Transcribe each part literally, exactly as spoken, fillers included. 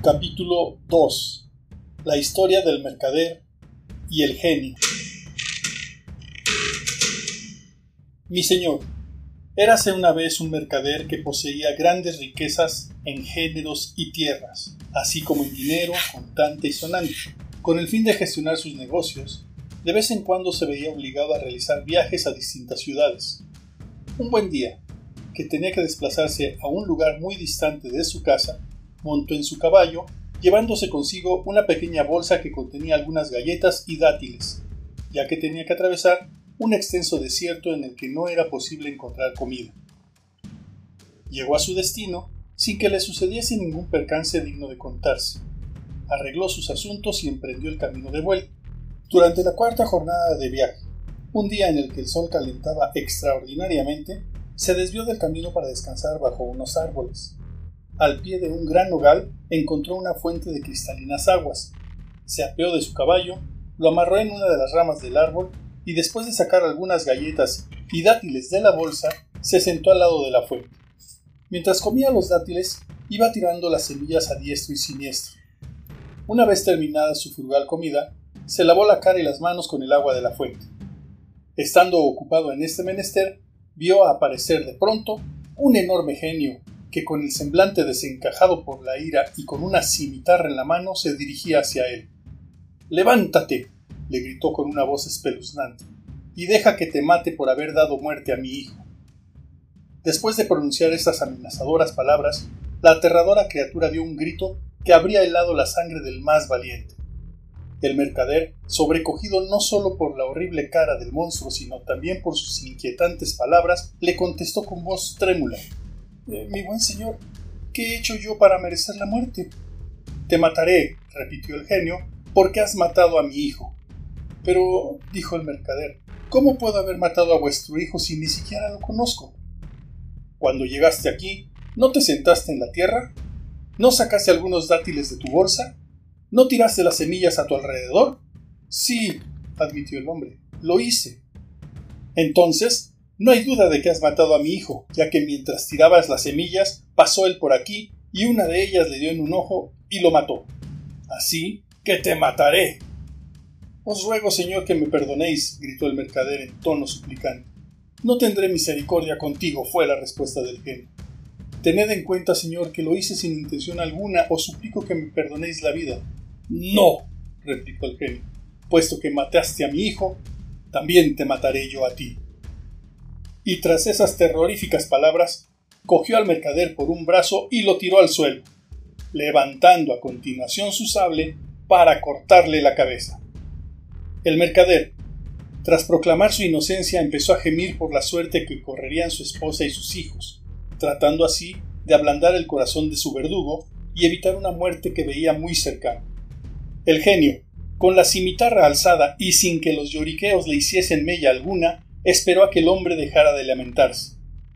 Capítulo dos. La historia del mercader y el genio. Mi señor, érase una vez un mercader que poseía grandes riquezas en géneros y tierras, así como en dinero contante y sonante. Con el fin de gestionar sus negocios, de vez en cuando se veía obligado a realizar viajes a distintas ciudades. Un buen día, que tenía que desplazarse a un lugar muy distante de su casa, montó en su caballo, llevándose consigo una pequeña bolsa que contenía algunas galletas y dátiles, ya que tenía que atravesar un extenso desierto en el que no era posible encontrar comida. Llegó a su destino sin que le sucediese ningún percance digno de contarse. Arregló sus asuntos y emprendió el camino de vuelta. Durante la cuarta jornada de viaje, un día en el que el sol calentaba extraordinariamente, se desvió del camino para descansar bajo unos árboles. Al pie de un gran nogal encontró una fuente de cristalinas aguas. Se apeó de su caballo, lo amarró en una de las ramas del árbol y después de sacar algunas galletas y dátiles de la bolsa, se sentó al lado de la fuente. Mientras comía los dátiles, iba tirando las semillas a diestro y siniestro. Una vez terminada su frugal comida, se lavó la cara y las manos con el agua de la fuente. Estando ocupado en este menester, vio aparecer de pronto un enorme genio que con el semblante desencajado por la ira y con una cimitarra en la mano se dirigía hacia él. «¡Levántate!», le gritó con una voz espeluznante, «y deja que te mate por haber dado muerte a mi hijo». Después de pronunciar estas amenazadoras palabras, la aterradora criatura dio un grito que habría helado la sangre del más valiente. El mercader, sobrecogido no solo por la horrible cara del monstruo, sino también por sus inquietantes palabras, le contestó con voz trémula: Eh, mi buen señor, ¿qué he hecho yo para merecer la muerte? Te mataré, repitió el genio, porque has matado a mi hijo. Pero, dijo el mercader, ¿cómo puedo haber matado a vuestro hijo si ni siquiera lo conozco? Cuando llegaste aquí, ¿no te sentaste en la tierra? ¿No sacaste algunos dátiles de tu bolsa? ¿No tiraste las semillas a tu alrededor? Sí, admitió el hombre, lo hice. Entonces, no hay duda de que has matado a mi hijo, ya que mientras tirabas las semillas, pasó él por aquí y una de ellas le dio en un ojo y lo mató. Así que te mataré. Os ruego, señor, que me perdonéis, gritó el mercader en tono suplicante. No tendré misericordia contigo, fue la respuesta del genio. Tened en cuenta, señor, que lo hice sin intención alguna, os suplico que me perdonéis la vida. No, replicó el genio, puesto que mataste a mi hijo, también te mataré yo a ti. Y tras esas terroríficas palabras, cogió al mercader por un brazo y lo tiró al suelo, levantando a continuación su sable para cortarle la cabeza. El mercader, tras proclamar su inocencia, empezó a gemir por la suerte que correrían su esposa y sus hijos, tratando así de ablandar el corazón de su verdugo y evitar una muerte que veía muy cercana. El genio, con la cimitarra alzada y sin que los lloriqueos le hiciesen mella alguna, esperó a que el hombre dejara de lamentarse.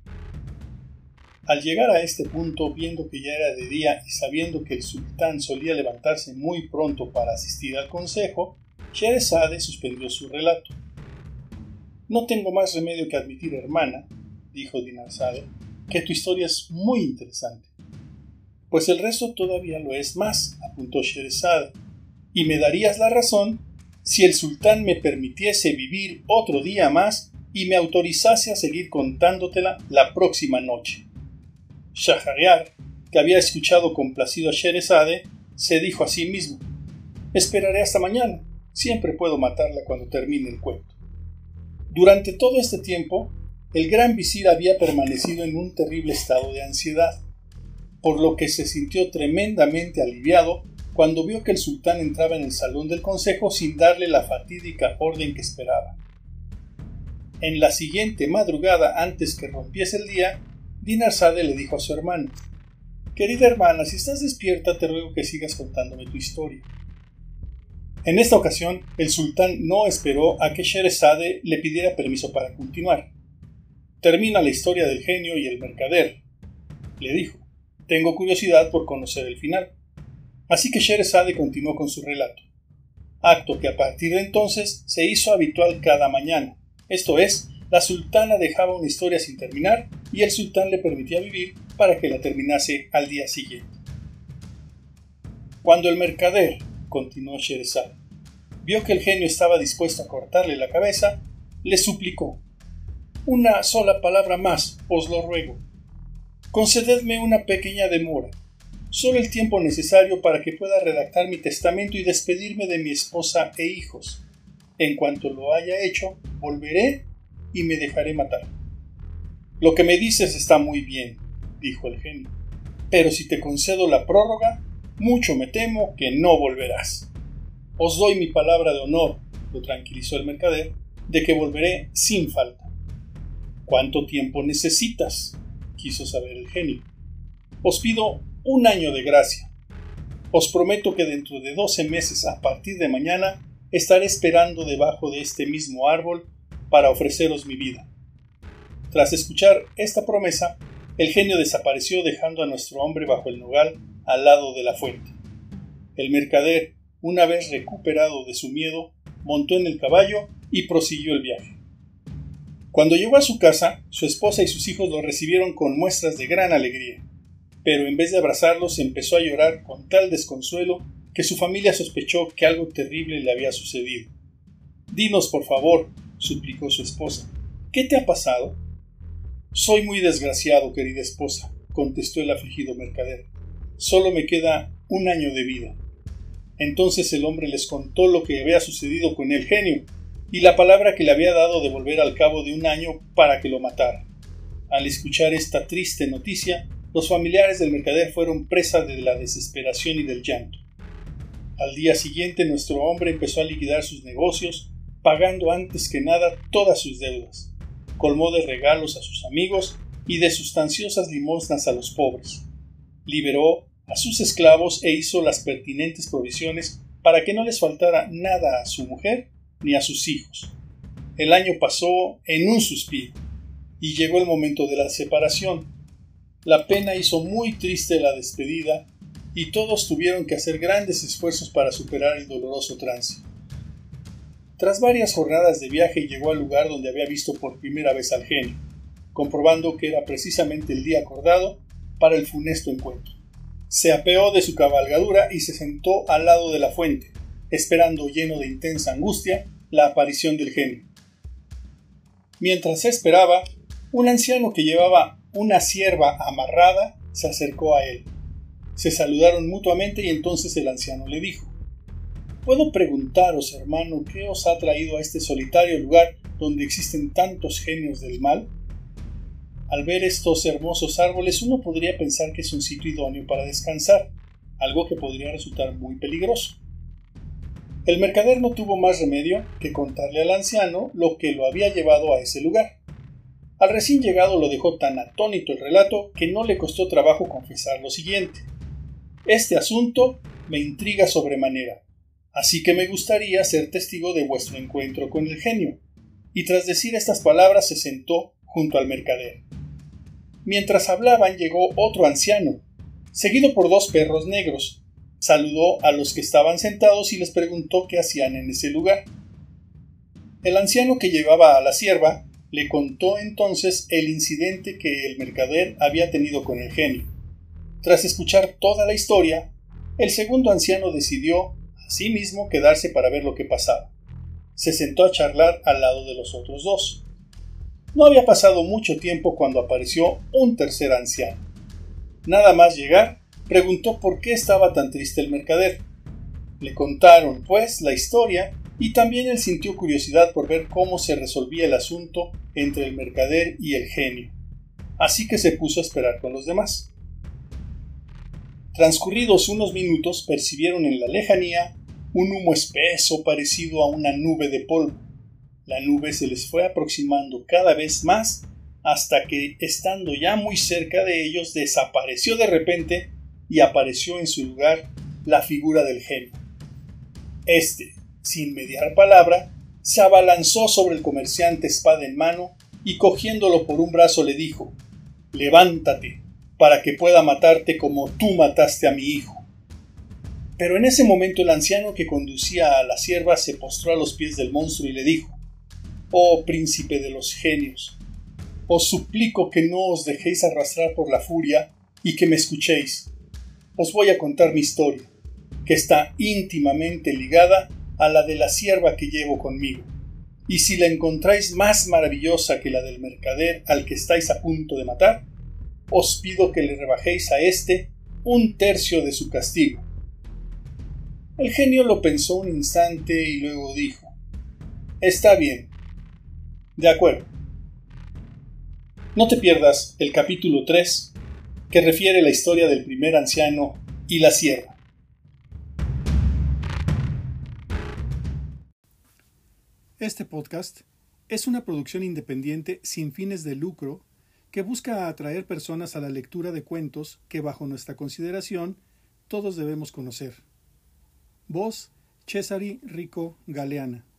Al llegar a este punto, viendo que ya era de día y sabiendo que el sultán solía levantarse muy pronto para asistir al consejo, Scheherazade suspendió su relato. «No tengo más remedio que admitir, hermana», dijo Dinarzade, «que tu historia es muy interesante». «Pues el resto todavía lo es más», apuntó Scheherazade, «y me darías la razón si el sultán me permitiese vivir otro día más y me autorizase a seguir contándotela la próxima noche». Shahryar, que había escuchado complacido a Scheherazade, se dijo a sí mismo: «Esperaré hasta mañana, siempre puedo matarla cuando termine el cuento». Durante todo este tiempo, el gran visir había permanecido en un terrible estado de ansiedad, por lo que se sintió tremendamente aliviado cuando vio que el sultán entraba en el salón del consejo sin darle la fatídica orden que esperaba. En la siguiente madrugada, antes que rompiese el día, Dinarzade le dijo a su hermana: «Querida hermana, si estás despierta, te ruego que sigas contándome tu historia». En esta ocasión, el sultán no esperó a que Scheherazade le pidiera permiso para continuar. «Termina la historia del genio y el mercader», le dijo. «Tengo curiosidad por conocer el final». Así que Scheherazade continuó con su relato, acto que a partir de entonces se hizo habitual cada mañana, esto es, la sultana dejaba una historia sin terminar y el sultán le permitía vivir para que la terminase al día siguiente. Cuando el mercader, continuó Sherezada, vio que el genio estaba dispuesto a cortarle la cabeza, le suplicó: «Una sola palabra más, os lo ruego. Concededme una pequeña demora, solo el tiempo necesario para que pueda redactar mi testamento y despedirme de mi esposa e hijos. En cuanto lo haya hecho, volveré y me dejaré matar». «Lo que me dices está muy bien», dijo el genio, «pero si te concedo la prórroga, mucho me temo que no volverás». «Os doy mi palabra de honor», lo tranquilizó el mercader, «de que volveré sin falta». «¿Cuánto tiempo necesitas?», quiso saber el genio. «Os pido un año de gracia. Os prometo que dentro de doce meses a partir de mañana estaré esperando debajo de este mismo árbol para ofreceros mi vida». Tras escuchar esta promesa, el genio desapareció dejando a nuestro hombre bajo el nogal al lado de la fuente. El mercader, una vez recuperado de su miedo, montó en el caballo y prosiguió el viaje. Cuando llegó a su casa, su esposa y sus hijos lo recibieron con muestras de gran alegría, pero en vez de abrazarlos empezó a llorar con tal desconsuelo que su familia sospechó que algo terrible le había sucedido. «Dinos, por favor», suplicó su esposa, «¿qué te ha pasado?». «Soy muy desgraciado, querida esposa», contestó el afligido mercader. «Solo me queda un año de vida». Entonces el hombre les contó lo que había sucedido con el genio y la palabra que le había dado de volver al cabo de un año para que lo matara. Al escuchar esta triste noticia, los familiares del mercader fueron presa de la desesperación y del llanto. Al día siguiente nuestro hombre empezó a liquidar sus negocios, pagando antes que nada todas sus deudas. Colmó de regalos a sus amigos y de sustanciosas limosnas a los pobres. Liberó a sus esclavos e hizo las pertinentes provisiones para que no les faltara nada a su mujer ni a sus hijos. El año pasó en un suspiro y llegó el momento de la separación. La pena hizo muy triste la despedida y todos tuvieron que hacer grandes esfuerzos para superar el doloroso trance. Tras varias jornadas de viaje llegó al lugar donde había visto por primera vez al genio, comprobando que era precisamente el día acordado para el funesto encuentro. Se apeó de su cabalgadura y se sentó al lado de la fuente, esperando lleno de intensa angustia la aparición del genio. Mientras esperaba, un anciano que llevaba una cierva amarrada se acercó a él. Se saludaron mutuamente y entonces el anciano le dijo: «¿Puedo preguntaros, hermano, qué os ha traído a este solitario lugar donde existen tantos genios del mal? Al ver estos hermosos árboles uno podría pensar que es un sitio idóneo para descansar, algo que podría resultar muy peligroso». El mercader no tuvo más remedio que contarle al anciano lo que lo había llevado a ese lugar. Al recién llegado lo dejó tan atónito el relato que no le costó trabajo confesar lo siguiente: «Este asunto me intriga sobremanera, así que me gustaría ser testigo de vuestro encuentro con el genio». Y tras decir estas palabras se sentó junto al mercader. Mientras hablaban llegó otro anciano, seguido por dos perros negros. Saludó a los que estaban sentados y les preguntó qué hacían en ese lugar. El anciano que llevaba a la sierva le contó entonces el incidente que el mercader había tenido con el genio. Tras escuchar toda la historia, el segundo anciano decidió asimismo quedarse para ver lo que pasaba. Se sentó a charlar al lado de los otros dos. No había pasado mucho tiempo cuando apareció un tercer anciano. Nada más llegar, preguntó por qué estaba tan triste el mercader. Le contaron, pues, la historia y también él sintió curiosidad por ver cómo se resolvía el asunto entre el mercader y el genio. Así que se puso a esperar con los demás. Transcurridos unos minutos percibieron en la lejanía un humo espeso parecido a una nube de polvo. La nube se les fue aproximando cada vez más hasta que, estando ya muy cerca de ellos, desapareció de repente y apareció en su lugar la figura del genio. Este, sin mediar palabra, se abalanzó sobre el comerciante espada en mano y cogiéndolo por un brazo le dijo: «Levántate, para que pueda matarte como tú mataste a mi hijo». Pero en ese momento el anciano que conducía a la sierva se postró a los pies del monstruo y le dijo: «Oh príncipe de los genios, os suplico que no os dejéis arrastrar por la furia y que me escuchéis. Os voy a contar mi historia. que está íntimamente ligada a la de la sierva que llevo conmigo. Y si la encontráis más maravillosa que la del mercader al que estáis a punto de matar, os pido que le rebajéis a éste un tercio de su castigo. El genio lo pensó un instante y luego dijo: Está bien. De acuerdo. No te pierdas el capítulo tres, que refiere la historia del primer anciano y la sierva. Este podcast es una producción independiente sin fines de lucro que busca atraer personas a la lectura de cuentos que, bajo nuestra consideración, todos debemos conocer. Voz: Cesari Rico Galeana.